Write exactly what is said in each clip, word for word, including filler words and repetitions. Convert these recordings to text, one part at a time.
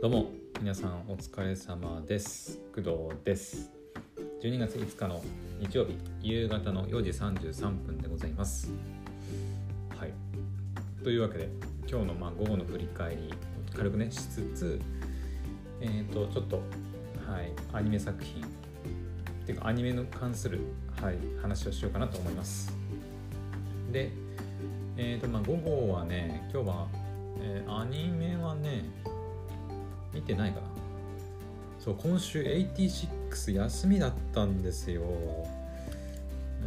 どうも皆さんお疲れ様です。工藤です。じゅうにがついつかの日曜日夕方のよじさんじゅうさんぷんでございます。はい。というわけで今日のまあ午後の振り返りを軽くねしつつ、えーとちょっとはいアニメ作品っていうかアニメの関するはい話をしようかなと思います。で、えーとまあ午後はね今日は、えー、アニメはね見てないかな。そう今週はちじゅうろく休みだったんですよ。うん、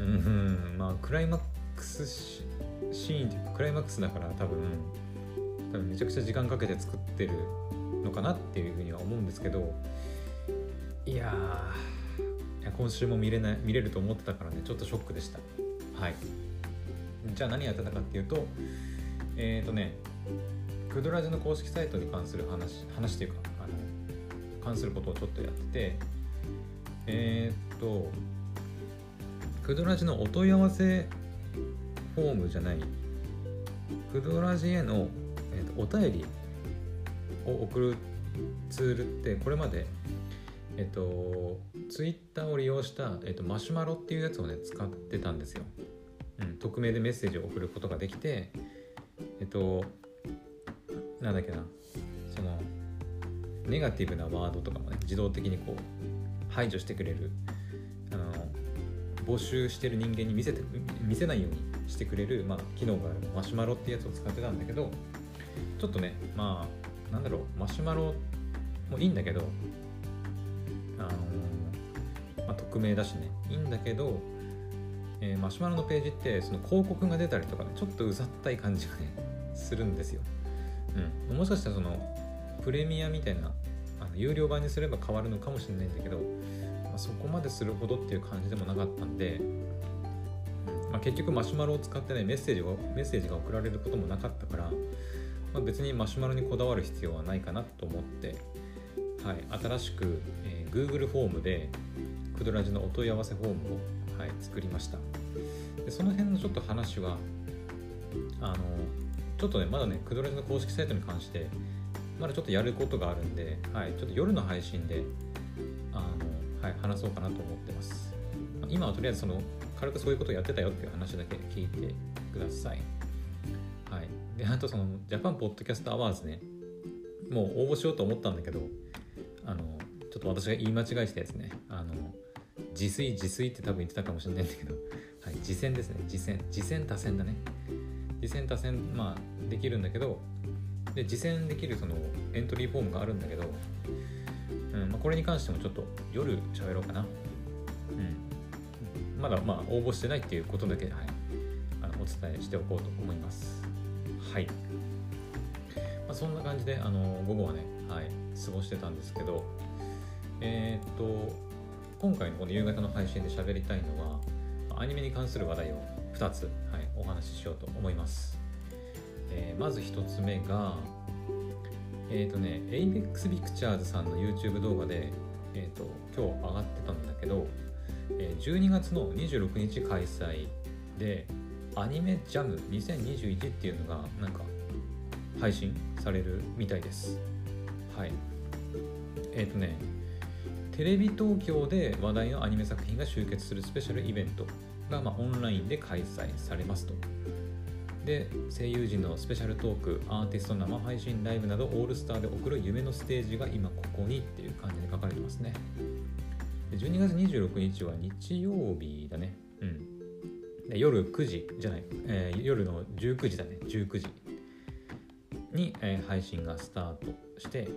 まあクライマックスシーンというかクライマックスだから多分多分めちゃくちゃ時間かけて作ってるのかなっていうふうには思うんですけど、いやーいや今週も見れない見れると思ってたからねちょっとショックでした。はい。じゃあ何やってたかっていうと、えーとねクドラジの公式サイトに関する話話っていうかあの関することをちょっとやってて、えー、っとクドラジのお問い合わせフォームじゃないクドラジへの、えー、っとお便りを送るツールってこれまでえっとツイッターを利用した、えっと、マシュマロっていうやつをね使ってたんですよ。うん、匿名でメッセージを送ることができて、えっとなんだっけなそのネガティブなワードとかもね自動的にこう排除してくれるあの募集してる人間に見せて見せないようにしてくれる、まあ、機能があるマシュマロってやつを使ってたんだけど、ちょっとねまあなんだろうマシュマロもいいんだけどあの、まあ、匿名だしねいいんだけど、えー、マシュマロのページってその広告が出たりとかねちょっとうざったい感じがねするんですよ。うん、もしかしたらそのプレミアみたいなあの有料版にすれば変わるのかもしれないんだけど、まあ、そこまでするほどっていう感じでもなかったんで、うんまあ、結局マシュマロを使ってねメッセージがメッセージが送られることもなかったから、まあ、別にマシュマロにこだわる必要はないかなと思って、はい、新しく、えー、Google フォームでクドラジのお問い合わせフォームを、はい、作りました。でその辺のちょっと話はあのちょっとねまだねクドラジの公式サイトに関してまだちょっとやることがあるんで、はい、ちょっと夜の配信であの、はい、話そうかなと思ってます。今はとりあえずその軽くそういうことをやってたよっていう話だけ聞いてください。はい。であとそのジャパンポッドキャストアワーズねもう応募しようと思ったんだけどあのちょっと私が言い間違いしたやつねあの自炊自炊って多分言ってたかもしれないんだけど、はい、次戦ですね次戦次戦多戦だね次戦多戦まあできるんだけどで次戦できるそのエントリーフォームがあるんだけど、うんまあ、これに関してもちょっと夜喋ろうかな。うんまだまあ応募してないっていうことだけ、はい、あのお伝えしておこうと思います。はい、まあ、そんな感じであの午後はね、はい、過ごしてたんですけどえー、っと今回のこの夕方の配信で喋りたいのはアニメに関する話題をふたつ、はい、お話ししようと思います。えー、まずひとつめがえっ、ー、とね エイベックス Pictures さんの YouTube 動画で、えー、と今日上がってたんだけど、えー、じゅうにがつのにじゅうろくにち開催でアニメジャムにせんにじゅういちっていうのがなんか配信されるみたいです。はい。えっ、ー、とねテレビ東京で話題のアニメ作品が集結するスペシャルイベントが、まあ、オンラインで開催されますと。で声優陣のスペシャルトークアーティスト生配信ライブなどオールスターで送る夢のステージが今ここにっていう感じで書かれてますね。でじゅうにがつにじゅうろくにちは日曜日だね。うんで夜くじじゃない、えー、夜のじゅうくじだねじゅうくじに、えー、配信がスタートして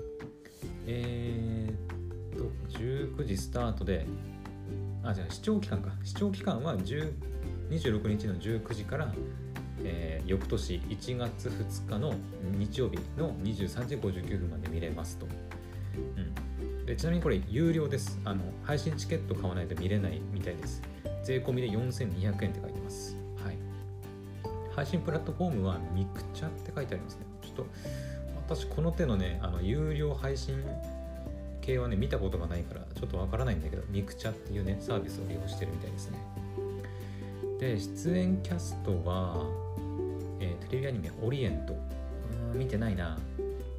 えー、っとじゅうくじスタートであじゃあ視聴期間か視聴期間はにじゅうろくにちのじゅうくじからえー、翌年いちがつふつかの日曜日のにじゅうさんじごじゅうきゅうふんまで見れますと、うん、でちなみにこれ有料です。あの配信チケット買わないと見れないみたいです。税込みでよんせんにひゃくえんって書いてます。はい、配信プラットフォームはミクチャって書いてありますね。ちょっと私この手のねあの有料配信系はね見たことがないからちょっとわからないんだけどミクチャっていうねサービスを利用してるみたいですね。で出演キャストはえー、テレビアニメオリエント、うん見てないな。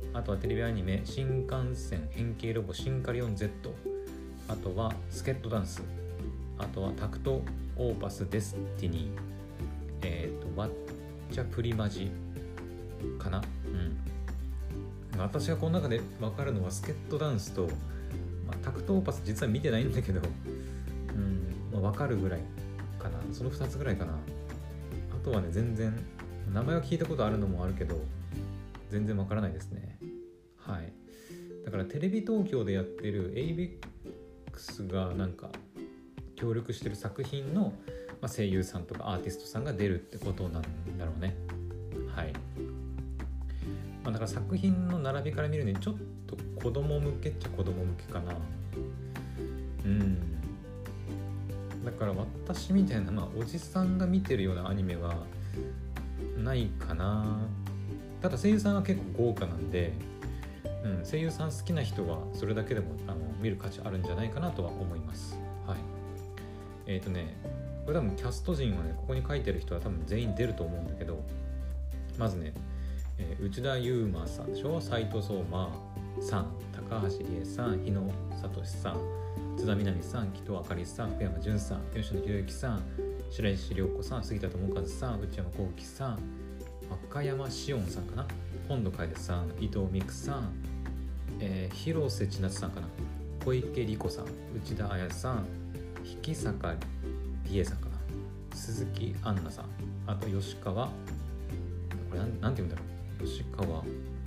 あとはテレビアニメ新幹線変形ロボシンカリオン Z、 あとはスケットダンス、あとはタクトオーパスデスティニー、えっ、ー、とワッチャプリマジかな。うん私がこの中で分かるのはスケットダンスと、まあ、タクトオーパス実は見てないんだけど、うんまあ、分かるぐらいかな。そのふたつぐらいかな。あとはね全然名前は聞いたことあるのもあるけど全然分からないですね。はい。だからテレビ東京でやってる エイベックス がなんか協力してる作品の、まあ、声優さんとかアーティストさんが出るってことなんだろうね。はい。まあ、だから作品の並びから見るにちょっと子供向けっちゃ子供向けかな。うんだから私みたいな、まあ、おじさんが見てるようなアニメはないかな。ただ声優さんは結構豪華なんで、うん、声優さん好きな人はそれだけでもあの見る価値あるんじゃないかなとは思います。はい。えっとねこれ多分キャスト陣はねここに書いてる人は多分全員出ると思うんだけど、まずね、えー、内田悠馬さんでしょ、斉藤壮馬さん、高橋理恵さん、日野聡さん、津田みなみさん、紀藤あかりさん、福山潤さん、吉野博之さん、白石涼子さん、杉田智和さん、内山幸輝さん、赤山紫音さんかな、本土楓さん、伊藤美久さん、えー、広瀬千夏さんかな、小池理子さん、内田彩さん、引坂理恵さんかな、鈴木杏奈さん、あと吉川、これ なん、なんて言うんだろう、吉川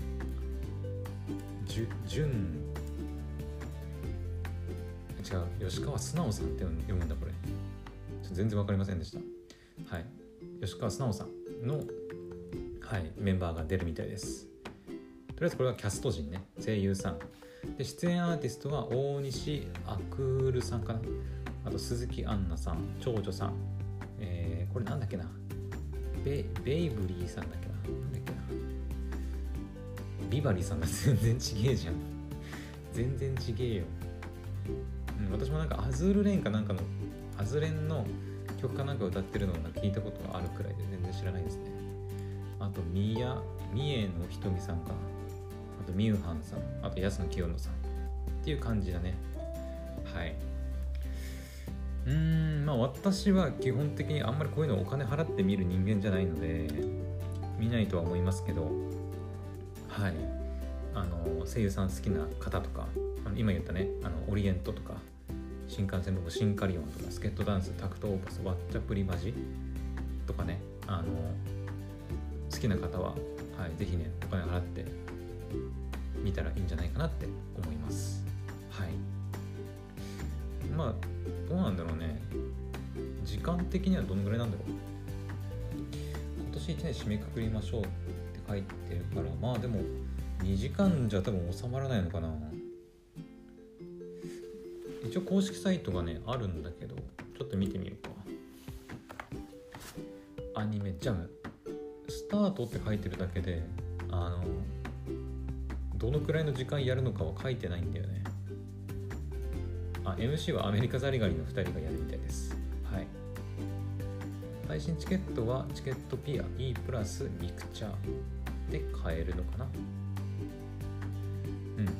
じゅ純違う吉川素直さんって読むんだこれ。ちょっと全然わかりませんでした。はい。吉川素直さんの、はい、メンバーが出るみたいです。とりあえずこれはキャスト陣ね、声優さんで、出演アーティストは大西アクールさんかな、あと鈴木杏奈さん、長女さん、えー、これなんだっけな、ベ, ベイブリーさんだっけな、なんだっけな、ビバリーさんだ。全然ちげえじゃん。全然ちげえよ。うん、私もなんかアズールレーンかなんかのアズレンの曲かなんか歌ってるのをなんか聞いたことがあるくらいで全然知らないですね。あと宮三重のひとみさんかな、あとミュウハンさん、あと安野清野さんっていう感じだね。はい。うーんまあ私は基本的にあんまりこういうのお金払って見る人間じゃないので見ないとは思いますけど、はい、あの声優さん好きな方とか、あの今言ったね、あのオリエントとか新幹線ロボシンカリオンとかスケットダンス、タクトオーパス、ワッチャプリマジとかね、あの好きな方は、はい、ぜひねお金払って見たらいいんじゃないかなって思います。はい。まあどうなんだろうね、時間的にはどのぐらいなんだろう。今年いちねん締めくくりましょうって書いてるから、まあでもにじかんじゃ多分収まらないのかな。一応公式サイトがねあるんだけど、ちょっと見てみようか。アニメジャムスタートって書いてるだけで、あのどのくらいの時間やるのかは書いてないんだよね。あ、エムシー はアメリカザリガニのふたりがやるみたいです。はい。配信チケットはチケットピア E プラスミクチャーで買えるのかな。うん。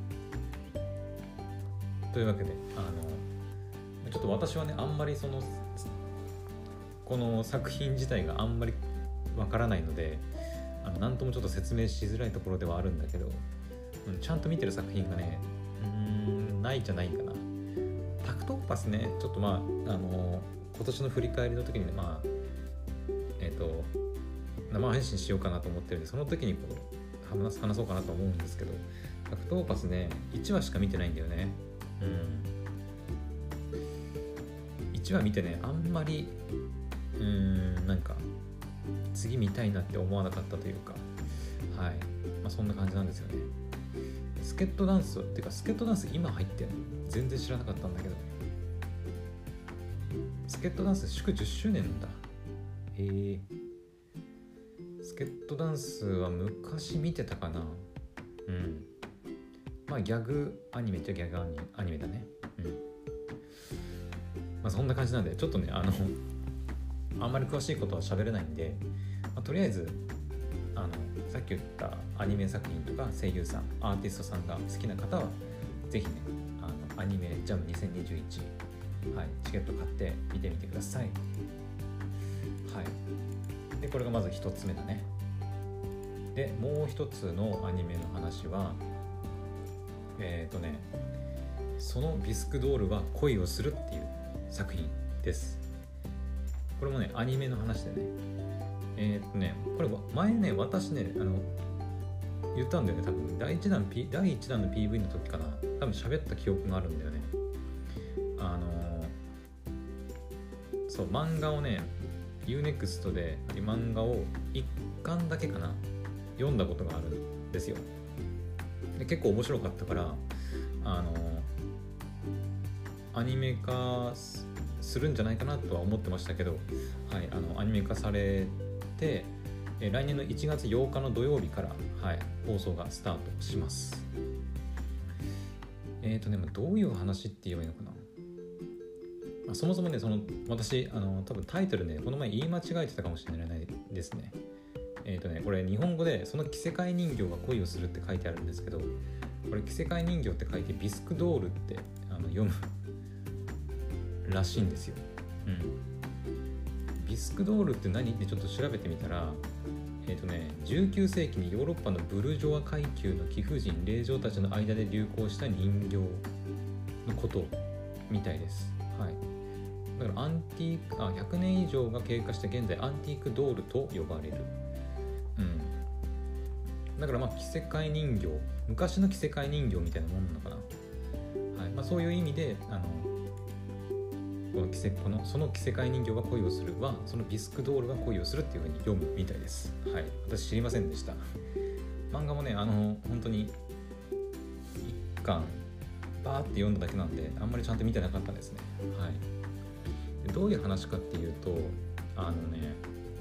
というわけで、あのちょっと私はねあんまりそのこの作品自体があんまりわからないので、あのなんともちょっと説明しづらいところではあるんだけど、うん、ちゃんと見てる作品がねうーんないじゃないかな。タクトオーパスね、ちょっとまああの今年の振り返りの時にね、まあえっ、ー、と生配信しようかなと思ってるんで、その時にこう話話そうかなと思うんですけど、タクトオーパスねいちわしか見てないんだよね。うん、いちわ見てねあんまりうーんなんか次見たいなって思わなかったというか、はい、まあそんな感じなんですよね。スケットダンスっていうか、スケットダンス今入ってんの全然知らなかったんだけど、スケットダンス祝じゅっしゅうねんだ。へえ。スケットダンスは昔見てたかな。うん。まあギャグアニメっちゃギャグアニメ、アニメだね。うん。まあそんな感じなんで、ちょっとねあのあんまり詳しいことは喋れないんで、まあ、とりあえずあのさっき言ったアニメ作品とか声優さん、アーティストさんが好きな方はぜひね、あのアニメジャムにせんにじゅういち、はい、チケット買って見てみてください。はい、でこれがまず一つ目だね。でもう一つのアニメの話はえっ、ー、とねそのビスクドールは恋をするっていう作品です。これもねアニメの話でね、えっ、ー、とねこれ前ね私ねあの言ったんだよね、多分第一弾、P、第一弾の ピーブイ の時かな、多分喋った記憶があるんだよね。あのー、そう漫画をね ユーネクスト で漫画をいっかんだけかな読んだことがあるんですよ。で結構面白かったからあのアニメ化するんじゃないかなとは思ってましたけど、はい、あのアニメ化されてえ来年のいちがつようかの土曜日から、はい、放送がスタートします。えっ、ー、とねどういう話って言えばいいのかな、まあ、そもそもねその私あの多分タイトルねこの前言い間違えてたかもしれないですね。えっ、ー、とねこれ日本語でその着せ替え人形が恋をするって書いてあるんですけど、これ着せ替え人形って書いてビスクドールってあの読むらしいんですよ。うん。ビスクドールって何ってちょっと調べてみたら、えっ、ー、とねじゅうきゅうせいきにヨーロッパのブルジョア階級の貴婦人令嬢たちの間で流行した人形のことみたいです。はい。だからアンティークあひゃくねん以上が経過して現在アンティークドールと呼ばれる。うん。だからまあ着せ替え人形、昔の着せ替え人形みたいなもんなのかな。はい。まあそういう意味であのこの着せこのその着せ替え人形が恋をするはそのビスクドールが恋をするっていう風に読むみたいです。はい。私知りませんでした。漫画もねあの本当に一巻バーって読んだだけなんであんまりちゃんと見てなかったですね。はい。でどういう話かっていうとあのね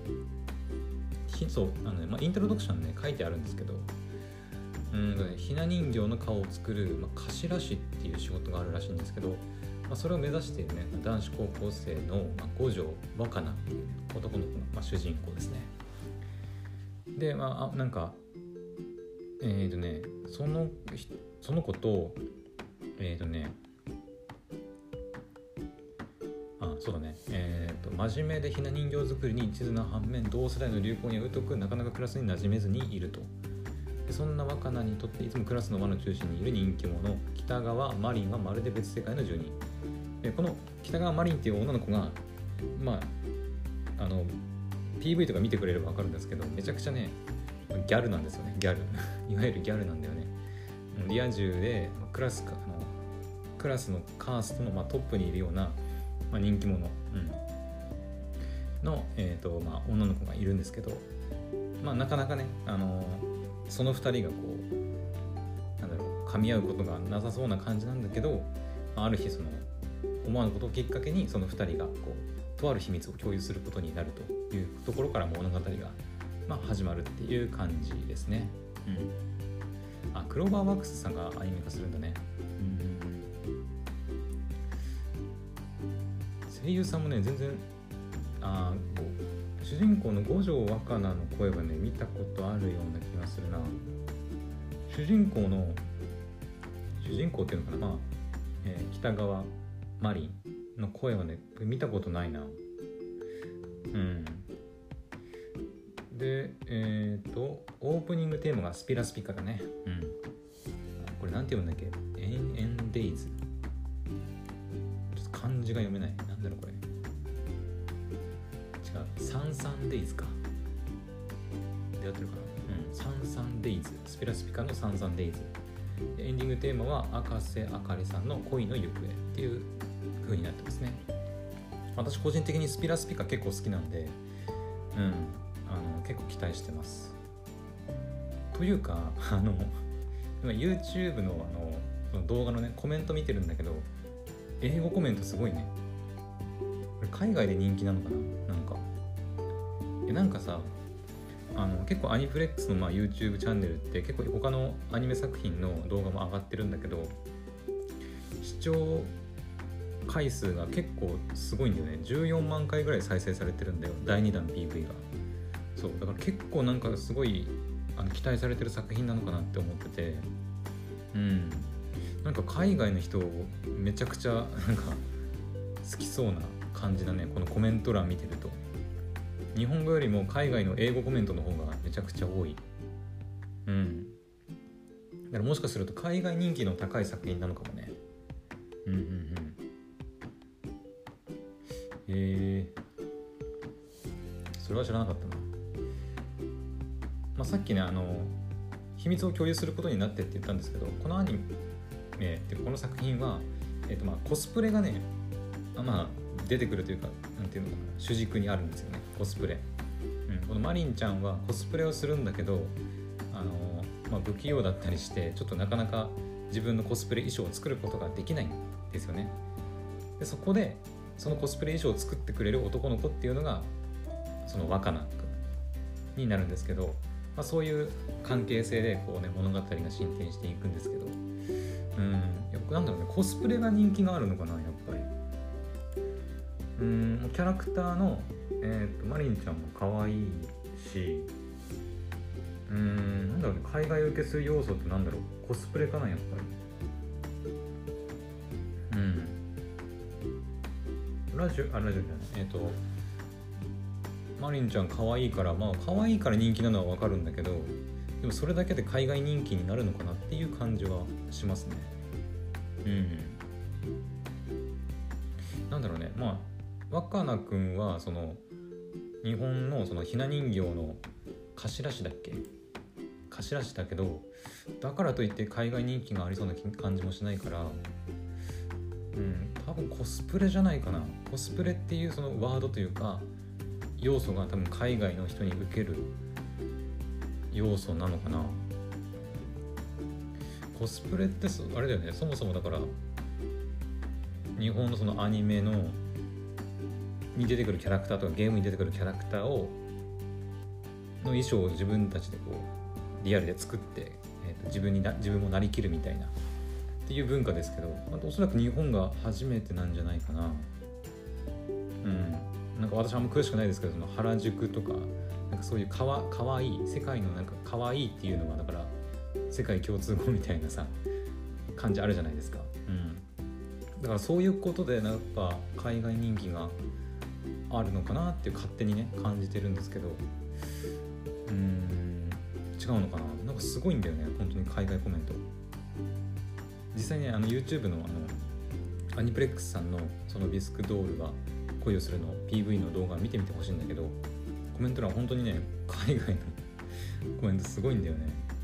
そうあのね、まあ、イントロダクションね書いてあるんですけど、うんね、ひな人形の顔を作る、まあ、頭師っていう仕事があるらしいんですけど、まあ、それを目指しているね男子高校生の、まあ、五条若菜っていう男の子の、まあ、主人公ですね。でまあなんかえっ、ー、とねそのその子とえっ、ー、とねあそうだねえっ、ー、と真面目でひな人形作りに一途な反面同世代の流行には疎くなかなかクラスに馴染めずにいると。でそんな若菜にとっていつもクラスの輪の中心にいる人気者北川マリンはまるで別世界の住人で、この北川マリンっていう女の子がまああの ピーブイ とか見てくれれば分かるんですけどめちゃくちゃねギャルなんですよね。ギャルいわゆるギャルなんだよね。リア充でクラスかあのクラスのカーストの、まあ、トップにいるような、まあ、人気者、うん、の、えーとまあ、女の子がいるんですけど、まあ、なかなかね、あのー、そのふたりがこうなんだろう噛み合うことがなさそうな感じなんだけど、まあ、ある日その思わぬことをきっかけにそのふたりがこうとある秘密を共有することになるというところから物語が、まあ、始まるっていう感じですね。うん、あクローバーワークスさんがアニメ化するんだね。うん、声優さんもね全然あ主人公の五条若菜の声はね見たことあるような気がするな。主人公の主人公っていうのかな、まあえー、北川マリンの声はね見たことないな。うんでえっ、ー、とオープニングテーマがスピラスピカだね。うんこれなんて読むんだっけ、エンエンデイズ、ちょっと漢字が読めない、なんだろうこれ、違うサンサンデイズかでやってるかな。うんサンサンデイズ、スピラスピカのサンサンデイズでエンディングテーマは赤瀬あかりさんの恋の行方っていう風になってますね。私個人的にスピラスピカ結構好きなんで、うん、あの結構期待してます。というかあの今 YouTube の, あの動画のねコメント見てるんだけど英語コメントすごいね。これ海外で人気なのかな。なんかえなんかさあの結構アニフレックスのまあ YouTube チャンネルって結構他のアニメ作品の動画も上がってるんだけど視聴回数が結構すごいんだよね。じゅうよんまんかいぐらい再生されてるんだよだいにだん ピーブイ が。そうだから結構なんかすごいあの期待されてる作品なのかなって思ってて、うんなんか海外の人めちゃくちゃなんか好きそうな感じだね。このコメント欄見てると日本語よりも海外の英語コメントの方がめちゃくちゃ多い。うんだからもしかすると海外人気の高い作品なのかもね。うんうんうんえー、それは知らなかったな。まあ、さっきねあの秘密を共有することになってって言ったんですけど、このアニメってこの作品は、えーとまあ、コスプレがねまあ出てくるというかなんていうのかな主軸にあるんですよね。コスプレ、うん、このマリンちゃんはコスプレをするんだけどあの、まあ、不器用だったりしてちょっとなかなか自分のコスプレ衣装を作ることができないんですよね。でそこでそのコスプレ衣装を作ってくれる男の子っていうのがその若菜君になるんですけど、まあ、そういう関係性でこう、ね、物語が進展していくんですけど、うんやっぱなんだろうねコスプレが人気があるのかなやっぱり。うんキャラクターの、えー、とマリンちゃんも可愛いし、うんなんだろうね海外受けする要素ってなんだろうコスプレかなやっぱり。うんラジオあラジオじゃないえっ、ー、とマリンちゃん可愛いからまあ可愛いから人気なのはわかるんだけど、でもそれだけで海外人気になるのかなっていう感じはしますね。うんなんだろうねまあ若菜くんはその日本のそのひな人形の頭師だっけ頭師だけどだからといって海外人気がありそうな感じもしないからうん多分コスプレじゃないかな。コスプレっていうそのワードというか要素が多分海外の人に受ける要素なのかな。コスプレってあれだよねそもそもだから日本のそのアニメのに出てくるキャラクターとかゲームに出てくるキャラクターをの衣装を自分たちでこうリアルで作って、えーと、自分にな自分もなりきるみたいなっていう文化ですけど、あとおそらく日本が初めてなんじゃないかな。うんなんか私あんま詳しくないですけどその原宿とかなんかそういうかわかわいい世界のなんかかわいいっていうのがだから世界共通語みたいなさ感じあるじゃないですか。うんだからそういうことでなんか海外人気があるのかなっていう勝手にね感じてるんですけど、うーん違うのかな。なんかすごいんだよね本当に海外コメント。実際ねあの YouTube のあのアニプレックスさんのそのビスクドールが恋をするの ピーブイ の動画見てみてほしいんだけど、コメント欄本当にね海外のコメントすごいんだよね。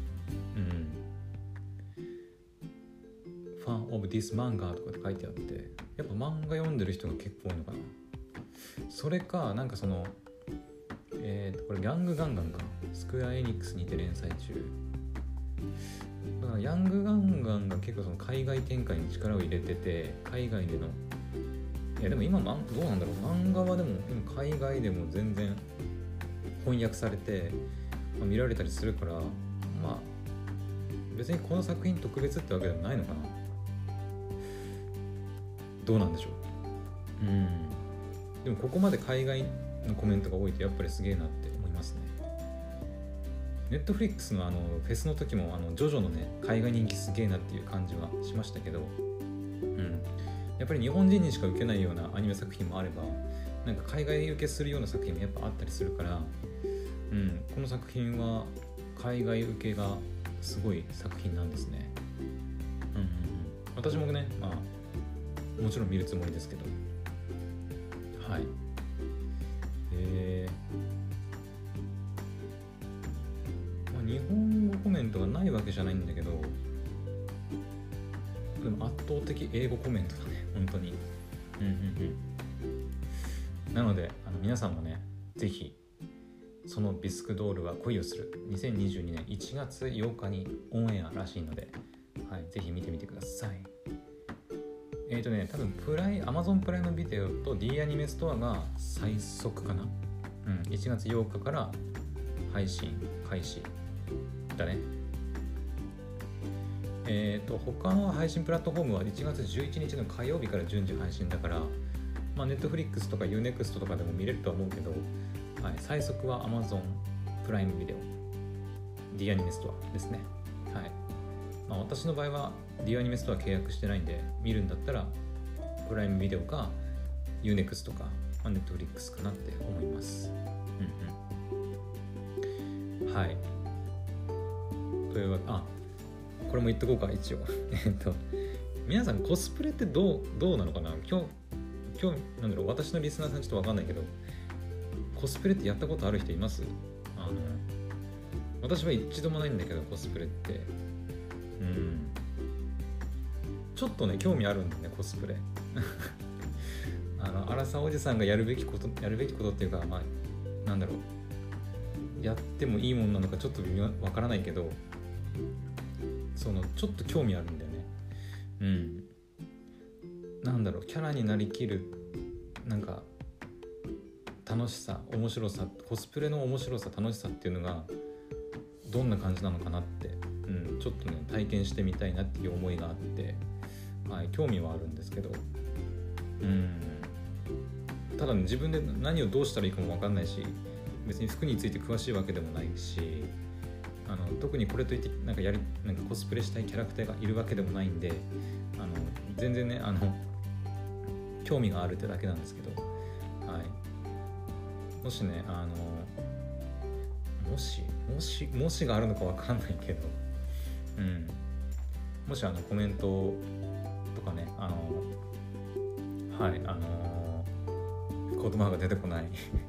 うんファンオブディスマンガとかって書いてあってやっぱ漫画読んでる人が結構多いのかな。それかなんかそのえーとこれヤングガンガンかスクエアエニックスにて連載中だからヤングガンガンが結構その海外展開に力を入れてて海外でのいやでも今どうなんだろう漫画はでも今海外でも全然翻訳されて、まあ、見られたりするからまあ別にこの作品特別ってわけでもないのかな。どうなんでしょう。うんでもここまで海外のコメントが多いとやっぱりすげえなって思いますね。ネットフリックスのあのフェスの時もあのジョジョのね海外人気すげえなっていう感じはしましたけど、うんやっぱり日本人にしか受けないようなアニメ作品もあればなんか海外受けするような作品もやっぱあったりするから、うん、この作品は海外受けがすごい作品なんですね。うんうんうん、私もね、まあもちろん見るつもりですけど、はい。えーまあ、日本語コメントがないわけじゃないんだけど、でも圧倒的英語コメントだね、本当に。うんうんうん。なのであの皆さんもね、ぜひそのビスクドールは恋をするにせんにじゅうにねんいちがつようかにオンエアらしいので、はい、ぜひ見てみてください。えーとね、多分プライ Amazon プライムビデオと D アニメストアが最速かな。うん、いちがつようかから配信開始だね。えーと他の配信プラットフォームはいちがつじゅういちにちの火曜日から順次配信だから、まあ Netflix とか ユーネクスト とかでも見れるとは思うけど、はい、最速は Amazon プライムビデディアニメストアですね。はい。まあ、私の場合は D アニメストア契約してないんで、見るんだったらプライムビデオか ユーネクスト か、まあ、ネットフリックスかなって思います。うんうん。はい。というわけ、あ、これも言っとこうか一応。えっと皆さんコスプレってどうどうなのかな。今日今日なんだろう、私のリスナーさんちょっとわかんないけど、コスプレってやったことある人います？あの私は一度もないんだけど、コスプレってうんちょっとね興味あるんだよね、コスプレ。あのアラサーおじさんがやるべきことやるべきことっていうか、まあなんだろう、やってもいいもんなのかちょっと微妙わからないけど、そのちょっと興味あるんだよね。うんなんだろう、キャラになりきるなんか楽しさ、面白さ、コスプレの面白さ、楽しさっていうのがどんな感じなのかなって、うん、ちょっとね体験してみたいなっていう思いがあって、はい、興味はあるんですけど、うんただね、自分で何をどうしたらいいかも分かんないし、別に服について詳しいわけでもないし、あの特にこれといってなんかやりなんかコスプレしたいキャラクターがいるわけでもないんで、あの全然ねあの興味があるってだけなんですけど、はい、もしねあのもしもしもしがあるのか分かんないけど、うん、もしあのコメントとかね、あのはいあの言葉が出てこない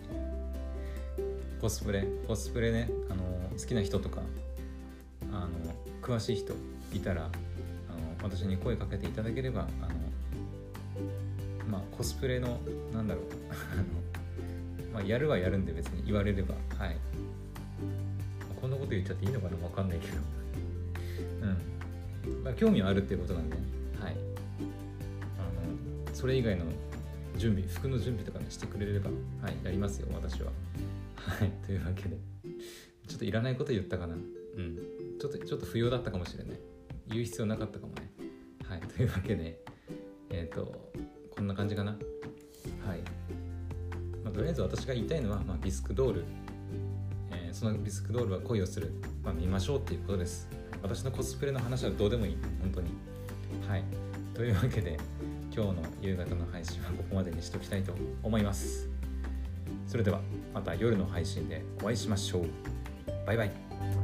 コスプレコスプレね、あの好きな人とかあの詳しい人いたら、あの私に声かけていただければ、あのまあコスプレのなんだろうあの、まあ、やるはやるんで、別に言われれば、はい、こんなこと言っちゃっていいのかな、分かんないけどうん、まあ、興味はあるっていうことなんで、はい、あのそれ以外の準備、服の準備とかねしてくれれば、はい、やりますよ私は。はい、というわけでちょっといらないこと言ったかな、うん、ちょっとちょっと不要だったかもしれない、言う必要なかったかもね。はい、というわけでえっとこんな感じかな。はい、まあ、とりあえず私が言いたいのは、まあ、ビスクドール、えー、そのビスクドールは恋をする、まあ、見ましょうっていうことです。私のコスプレの話はどうでもいい、本当に。はい、というわけで今日の夕方の配信はここまでにしておきたいと思います。それではまた夜の配信でお会いしましょう。バイバイ。